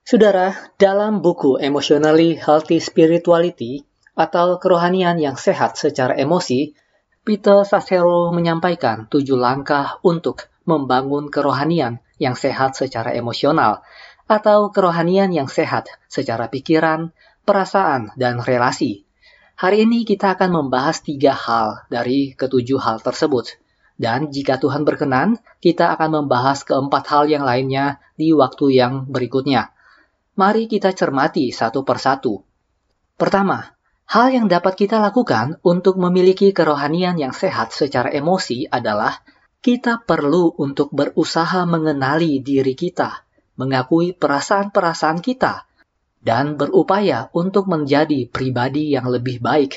Saudara, dalam buku Emotionally Healthy Spirituality atau kerohanian yang sehat secara emosi, Peter Scazzero menyampaikan 7 langkah untuk membangun kerohanian yang sehat secara emosional atau kerohanian yang sehat secara pikiran, perasaan, dan relasi. Hari ini kita akan membahas 3 hal dari ke-7 hal tersebut. Dan jika Tuhan berkenan, kita akan membahas keempat hal yang lainnya di waktu yang berikutnya. Mari kita cermati satu persatu. Pertama, hal yang dapat kita lakukan untuk memiliki kerohanian yang sehat secara emosi adalah kita perlu untuk berusaha mengenali diri kita, mengakui perasaan-perasaan kita, dan berupaya untuk menjadi pribadi yang lebih baik.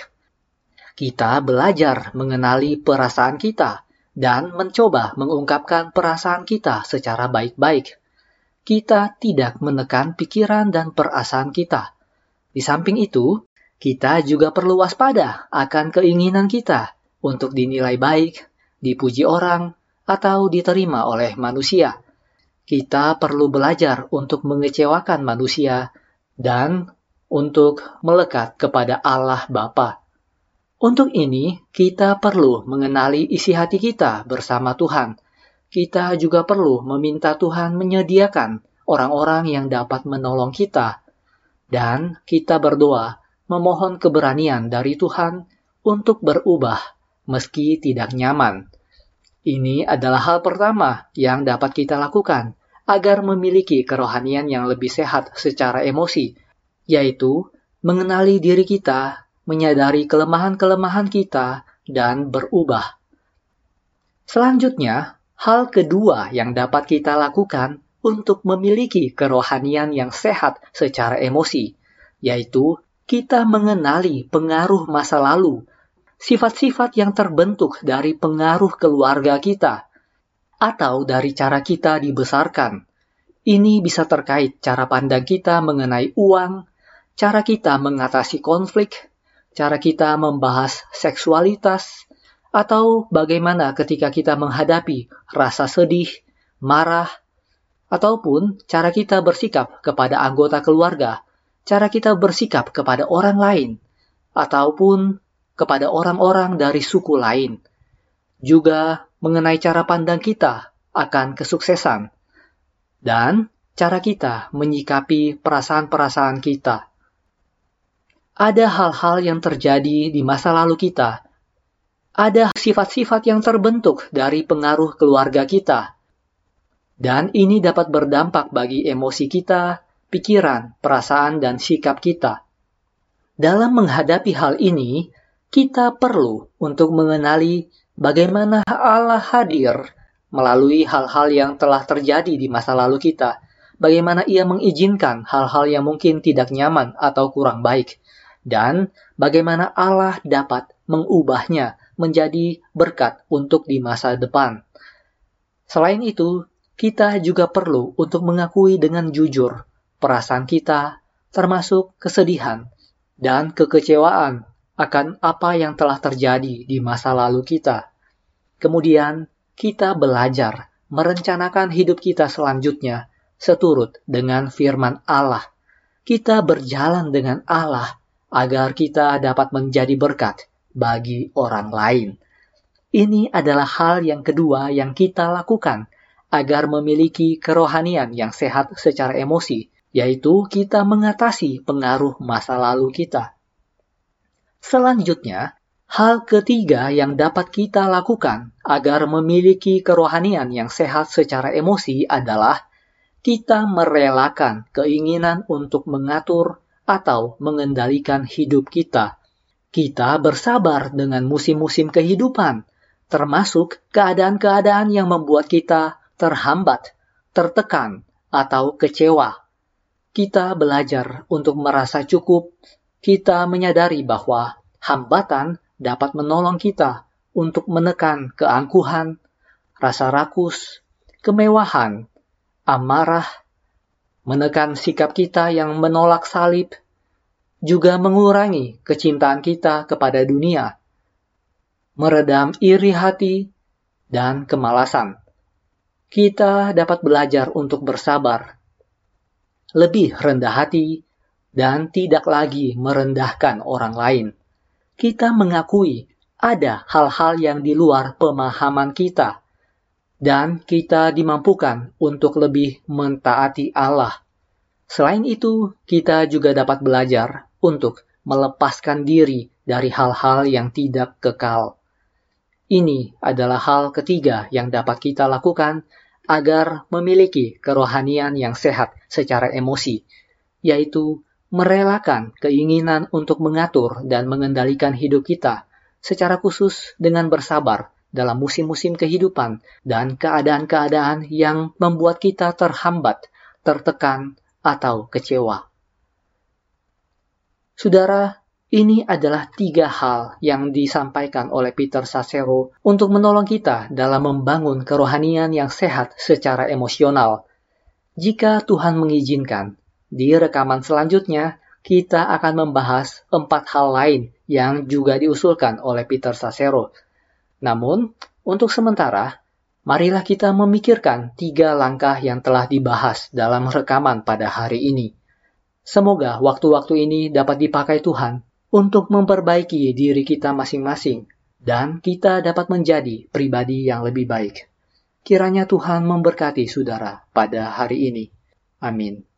Kita belajar mengenali perasaan kita dan mencoba mengungkapkan perasaan kita secara baik-baik. Kita tidak menekan pikiran dan perasaan kita. Di samping itu, kita juga perlu waspada akan keinginan kita untuk dinilai baik, dipuji orang, atau diterima oleh manusia. Kita perlu belajar untuk mengecewakan manusia dan untuk melekat kepada Allah Bapa. Untuk ini, kita perlu mengenali isi hati kita bersama Tuhan. Kita juga perlu meminta Tuhan menyediakan orang-orang yang dapat menolong kita. Dan kita berdoa memohon keberanian dari Tuhan untuk berubah meski tidak nyaman. Ini adalah hal pertama yang dapat kita lakukan agar memiliki kerohanian yang lebih sehat secara emosi, yaitu mengenali diri kita, menyadari kelemahan-kelemahan kita, dan berubah. Selanjutnya, hal kedua yang dapat kita lakukan untuk memiliki kerohanian yang sehat secara emosi, yaitu kita mengenali pengaruh masa lalu, sifat-sifat yang terbentuk dari pengaruh keluarga kita, atau dari cara kita dibesarkan. Ini bisa terkait cara pandang kita mengenai uang, cara kita mengatasi konflik, cara kita membahas seksualitas, atau bagaimana ketika kita menghadapi rasa sedih, marah, ataupun cara kita bersikap kepada anggota keluarga, cara kita bersikap kepada orang lain, ataupun kepada orang-orang dari suku lain. Juga mengenai cara pandang kita akan kesuksesan, dan cara kita menyikapi perasaan-perasaan kita. Ada hal-hal yang terjadi di masa lalu kita. Ada sifat-sifat yang terbentuk dari pengaruh keluarga kita. Dan ini dapat berdampak bagi emosi kita, pikiran, perasaan, dan sikap kita. Dalam menghadapi hal ini, kita perlu untuk mengenali bagaimana Allah hadir melalui hal-hal yang telah terjadi di masa lalu kita. Bagaimana Ia mengizinkan hal-hal yang mungkin tidak nyaman atau kurang baik. Dan bagaimana Allah dapat mengubahnya menjadi berkat untuk di masa depan. Selain itu, kita juga perlu untuk mengakui dengan jujur perasaan kita, termasuk kesedihan dan kekecewaan akan apa yang telah terjadi di masa lalu kita. Kemudian, kita belajar merencanakan hidup kita selanjutnya seturut dengan firman Allah. Kita berjalan dengan Allah agar kita dapat menjadi berkat bagi orang lain. Ini adalah hal yang kedua yang kita lakukan agar memiliki kerohanian yang sehat secara emosi, yaitu kita mengatasi pengaruh masa lalu kita. Selanjutnya, hal ketiga yang dapat kita lakukan agar memiliki kerohanian yang sehat secara emosi adalah kita merelakan keinginan untuk mengatur atau mengendalikan hidup kita. Kita bersabar dengan musim-musim kehidupan, termasuk keadaan-keadaan yang membuat kita terhambat, tertekan, atau kecewa. Kita belajar untuk merasa cukup. Kita menyadari bahwa hambatan dapat menolong kita untuk menekan keangkuhan, rasa rakus, kemewahan, amarah, menekan sikap kita yang menolak salib, juga mengurangi kecintaan kita kepada dunia, meredam iri hati, dan kemalasan. Kita dapat belajar untuk bersabar. lebih rendah hati, dan tidak lagi merendahkan orang lain. Kita mengakui ada hal-hal yang di luar pemahaman kita, dan kita dimampukan untuk lebih mentaati Allah. Selain itu, kita juga dapat belajar untuk melepaskan diri dari hal-hal yang tidak kekal. Ini adalah hal ketiga yang dapat kita lakukan agar memiliki kerohanian yang sehat secara emosi, yaitu merelakan keinginan untuk mengatur dan mengendalikan hidup kita, secara khusus dengan bersabar dalam musim-musim kehidupan dan keadaan-keadaan yang membuat kita terhambat, tertekan, atau kecewa. Saudara, ini adalah 3 hal yang disampaikan oleh Peter Scazzero untuk menolong kita dalam membangun kerohanian yang sehat secara emosional. Jika Tuhan mengizinkan, di rekaman selanjutnya kita akan membahas 4 hal lain yang juga diusulkan oleh Peter Scazzero. Namun, untuk sementara, marilah kita memikirkan 3 langkah yang telah dibahas dalam rekaman pada hari ini. Semoga waktu-waktu ini dapat dipakai Tuhan untuk memperbaiki diri kita masing-masing, dan kita dapat menjadi pribadi yang lebih baik. Kiranya Tuhan memberkati saudara pada hari ini. Amin.